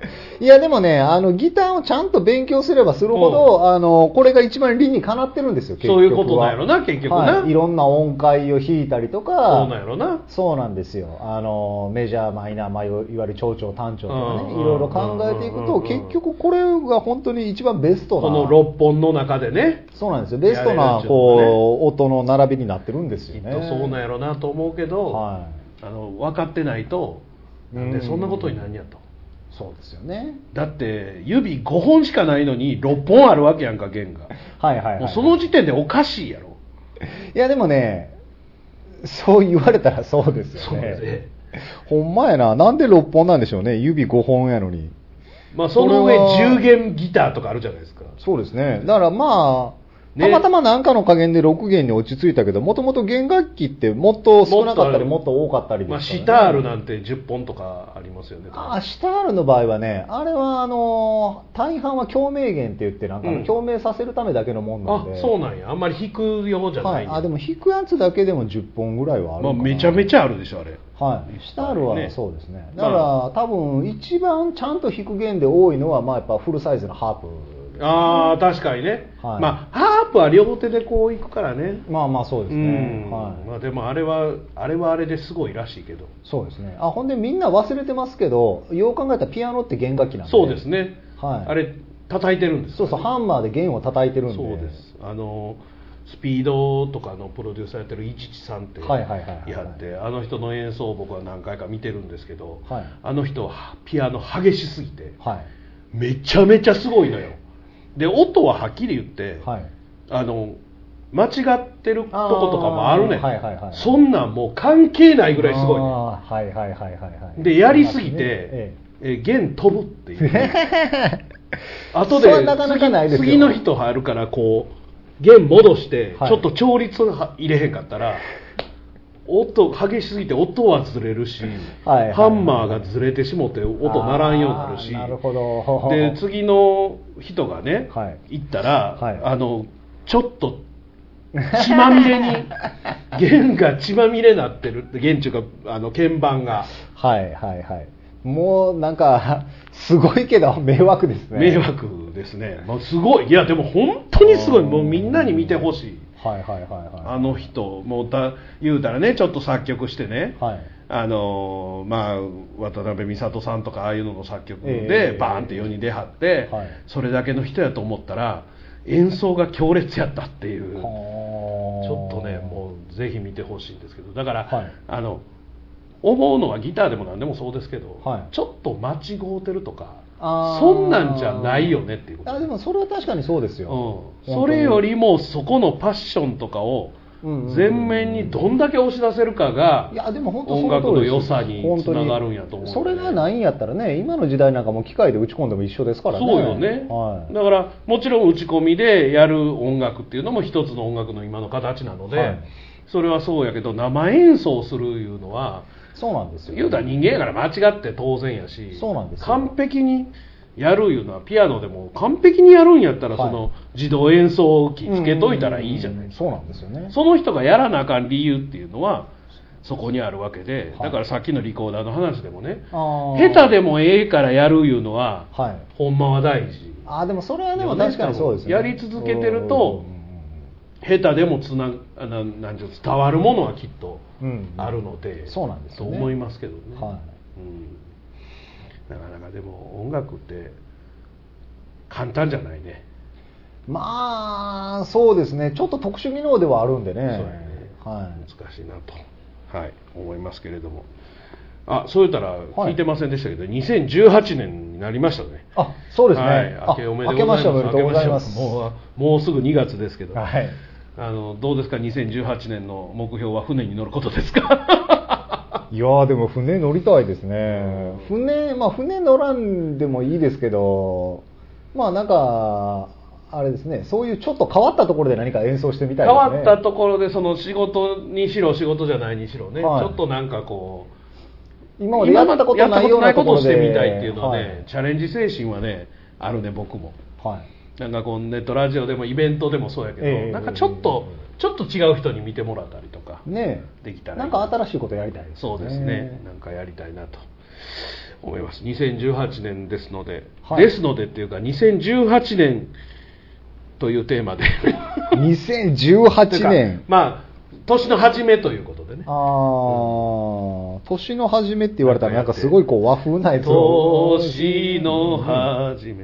いやでもね、あのギターをちゃんと勉強すればするほど、あのこれが一番理にかなってるんですよ。結局はそういうことなんやろな、結局な、 はい。いろんな音階を弾いたりとか、 そうなんやろな。 そうなんですよ。あのメジャー、マイナー、まあ、いわゆる長調、短調とかね、いろいろ考えていくと、結局これが本当に一番ベストな。 このろっぽんの中でね。 そうなんですよ。ベストなこう音の並びになってるんですよね。 きっとそうなんやろなと思うけど、はい、あの分かってないと、なんでそんなことになんやと。 そうですよね。 だって指ごほんしかないのにろっぽんあるわけやんか、弦が。 はいはいはい、はい。 もうその時点でおかしいやろ。 いやでもね、そう言われたらそうですよね。そうね。ほんまやな。なんでろっぽんなんでしょうね。指ごほんやのに。 まあその上じゅうげんギターとかあるじゃないですか。 そうですね。だからまあたまたま何かの加減でろくげんに落ち着いたけど、もともと弦楽器ってもっと少なかったりもっと多かったりですから、ね。 まあ、シタールなんてじゅっぽんとかありますよね。 ああ、シタールの場合はね、あれはあの大半は共鳴弦って言ってなんか、うん、共鳴させるためだけのもんなんで。 あ、そうなんや。あんまり弾くようじゃないん、 はい、あでも弾くやつだけでもじゅっぽんぐらいはあるかな。 まあ、めちゃめちゃあるでしょあれ。 はい、シタールはそうですね。だから、まあ、多分一番ちゃんと弾く弦で多いのはまあやっぱフルサイズのハープ。 ああ確かにね、はい、まあハープは両手でこういくからね。 まあまあそうですね、 はい、まあ、でもあれはあれはあれですごいらしいけど。 そうですね。あほんでみんな忘れてますけど、よう考えたらピアノって弦楽器なんで。 そうですね、はい、あれ叩いてるんです、ね、 そうそう、ハンマーで弦を叩いてるんで。 そうです。あのスピードとかのプロデューサーやってる伊地知さんってやって、あの人の演奏を僕は何回か見てるんですけど、はい、あの人はピアノ激しすぎて、はい、めちゃめちゃすごいのよ。で音ははっきり言って、はい、あの間違ってるとことかもあるねん、はいはいはい、そんなんもう関係ないぐらいすごいね、はいはいはいはいはい、でやりすぎて、ええ、弦飛ぶっていう、ね、後でなかなかないですよ。 次の人入るからこう弦戻してちょっと調律入れへんかったら、はい、音激しすぎて音はずれるし、はいはいはい、ハンマーがずれてしもて音ならんようになるし、 なるほど。 で次の人がね、はい、行ったら、はい、あのちょっと血まみれに弦が血まみれになってるって、弦っていうかあの鍵盤が、 はいはいはい、もうなんかすごいけど迷惑ですね。 迷惑ですね。もうすごい。いやでも本当にすごい。もうみんなに見てほしい。はいはいはいはい。あの人もうだ言うたらね、ちょっと作曲してね。はい。あのまあ渡辺美里さんとかああいうのの作曲でバーンって世に出はって、はい、それだけの人やと思ったら演奏が強烈やったっていう。ちょっとねもうぜひ見てほしいんですけど、だから、はい、あの。思うのはギターでも何でもそうですけど、はい、ちょっと間違うてるとかそんなんじゃないよねっていうこと。 あでもそれは確かにそうですよ、 うん、それよりもそこのパッションとかを前面にどんだけ押し出せるかが音楽の良さにつながるんやと思う、ね、 それがないんやったらね、今の時代なんかも機械で打ち込んでも一緒ですからね。 そうよね、はい、だからもちろん打ち込みでやる音楽っていうのも一つの音楽の今の形なので、はい、それはそうやけど生演奏するいうのはそうなんですよ、ね、 言うたら人間やから間違って当然やし、 そうなんですよ。 完璧にやるいうのはピアノでも完璧にやるんやったら、はい、その自動演奏機つけといたらいいじゃないですか。 そうなんですよね。 その人がやらなあかん理由っていうのはそこにあるわけで、はい、だからさっきのリコーダーの話でもね、下手でもええからやるいうのは、はい、ほんまは大事。 あでもそれはでも確かにそうですね。 やり続けてると下手でもつなななんていう伝わるものはきっとあるので、 うん、そうなんですよね、 と思いますけどね、 はいうん、なかなかでも音楽って簡単じゃないね。 まあそうですね、ちょっと特殊技能ではあるんでね、そうね、 はい、難しいなと、はい、思いますけれども、あそう言ったら聞いてませんでしたけど、はい、にせんじゅうはちねんになりましたね。 あそうですね、はい、 明けおめでございます。 明けましておめでとうございます。 もう、もうすぐにがつですけど、 はい、 あのどうですか、にせんじゅうはちねんの目標は船に乗ることですか？ いやでも船乗りたいですね。船、まあ船乗らんでもいいですけど、まあなんかあれですね、そういうちょっと変わったところで何か演奏してみたいですね。 変わったところでその仕事にしろ仕事じゃないにしろね、はい、ちょっとなんかこう今までやったことないようなところでやったことないことをしてみたいっていうのはね、はい、チャレンジ精神はねあるね僕も。はい、なんかこうネットラジオでもイベントでもそうやけど、えー、なんかちょっと、えー、ちょっと違う人に見てもらったりとか、ね、できたらなんか新しいことやりたいですね。 そうですね、なんかやりたいなと思います。にせんじゅうはちねんですので、 はい、 ですのでっていうかにせんじゅうはちねんというテーマでにせんじゅうはちねんまあ年の初めということでね。 ああ、うん、年の初めって言われたらなんかすごいこう和風なやつを年の初め、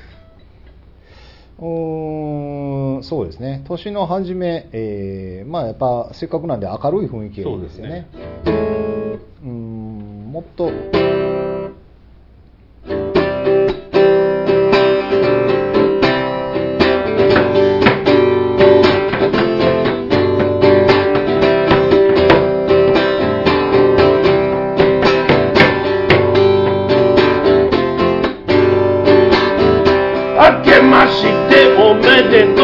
うーん、そうですね。年の初め、えー、まあやっぱせっかくなんで明るい雰囲気がいいですよね。うーん、もっと明けましておめでとう、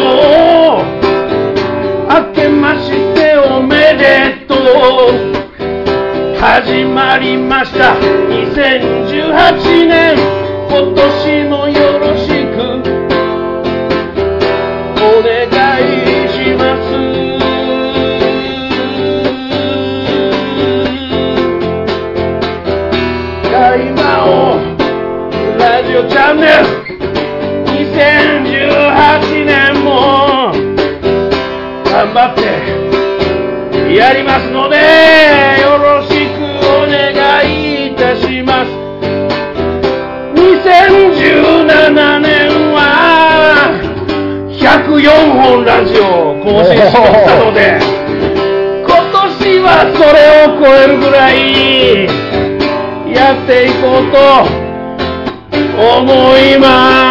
明けましておめでとう、始まりましたにせんじゅうはちねん、今年もよろしくお願いします。大魔王ラジオチャンネルにせんじゅうはちねんも頑張ってやりますのでよろしくお願いいたします。にせんじゅうななねんはひゃくよんほんラジオを更新しましたので今年はそれを超えるぐらいやっていこうと思います。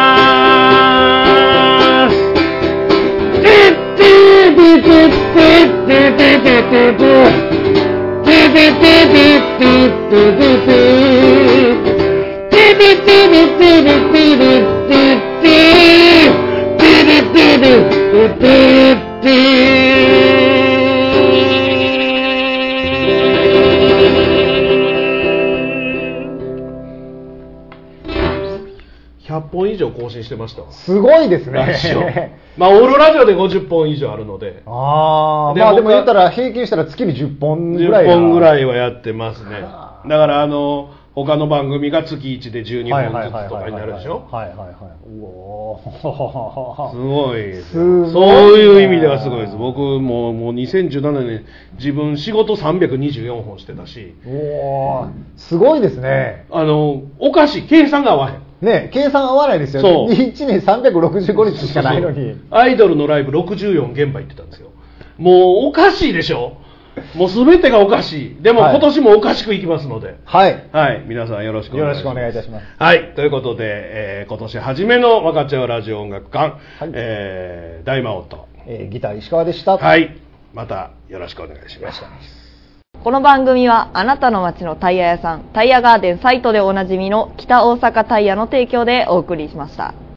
ひゃっぽん以上更新してました。 すごいですね。 ラジオまあオールラジオでごじゅっぽん以上あるので、 ああ、まあでも言ったら平均したら月にじゅっぽんぐらいじゅっぽんぐらいはやってますね。だからあの他の番組が月いちでじゅうにほんずつとかになるでしょ。 はいはいはい。うおー、 すごいです。そういう意味ではすごいです。僕ももうにせんじゅうななねん自分仕事さんびゃくにじゅうよんほんしてたし。 おー、すごいですね。 あのおかしい計算が合わへん。 ね、計算合わないですよ。そう。いちねんさんびゃくろくじゅうごにちしかないのに。そうそうアイドルのライブろくじゅうよん現場行ってたんですよ。もうおかしいでしょ。もう全てがおかしい。でも今年もおかしくいきますので。 はい。 はい。皆さんよろしくお願いします。 よろしくお願いいたします。 はい。ということで、えー、今年初めの分かっちゃうラジオ音楽館、はい、えー、大魔王と、 えー、ギター石川でした。 はい。またよろしくお願いします。 この番組はあなたの街のタイヤ屋さん、タイヤガーデンサイトでおなじみの北大阪タイヤの提供でお送りしました。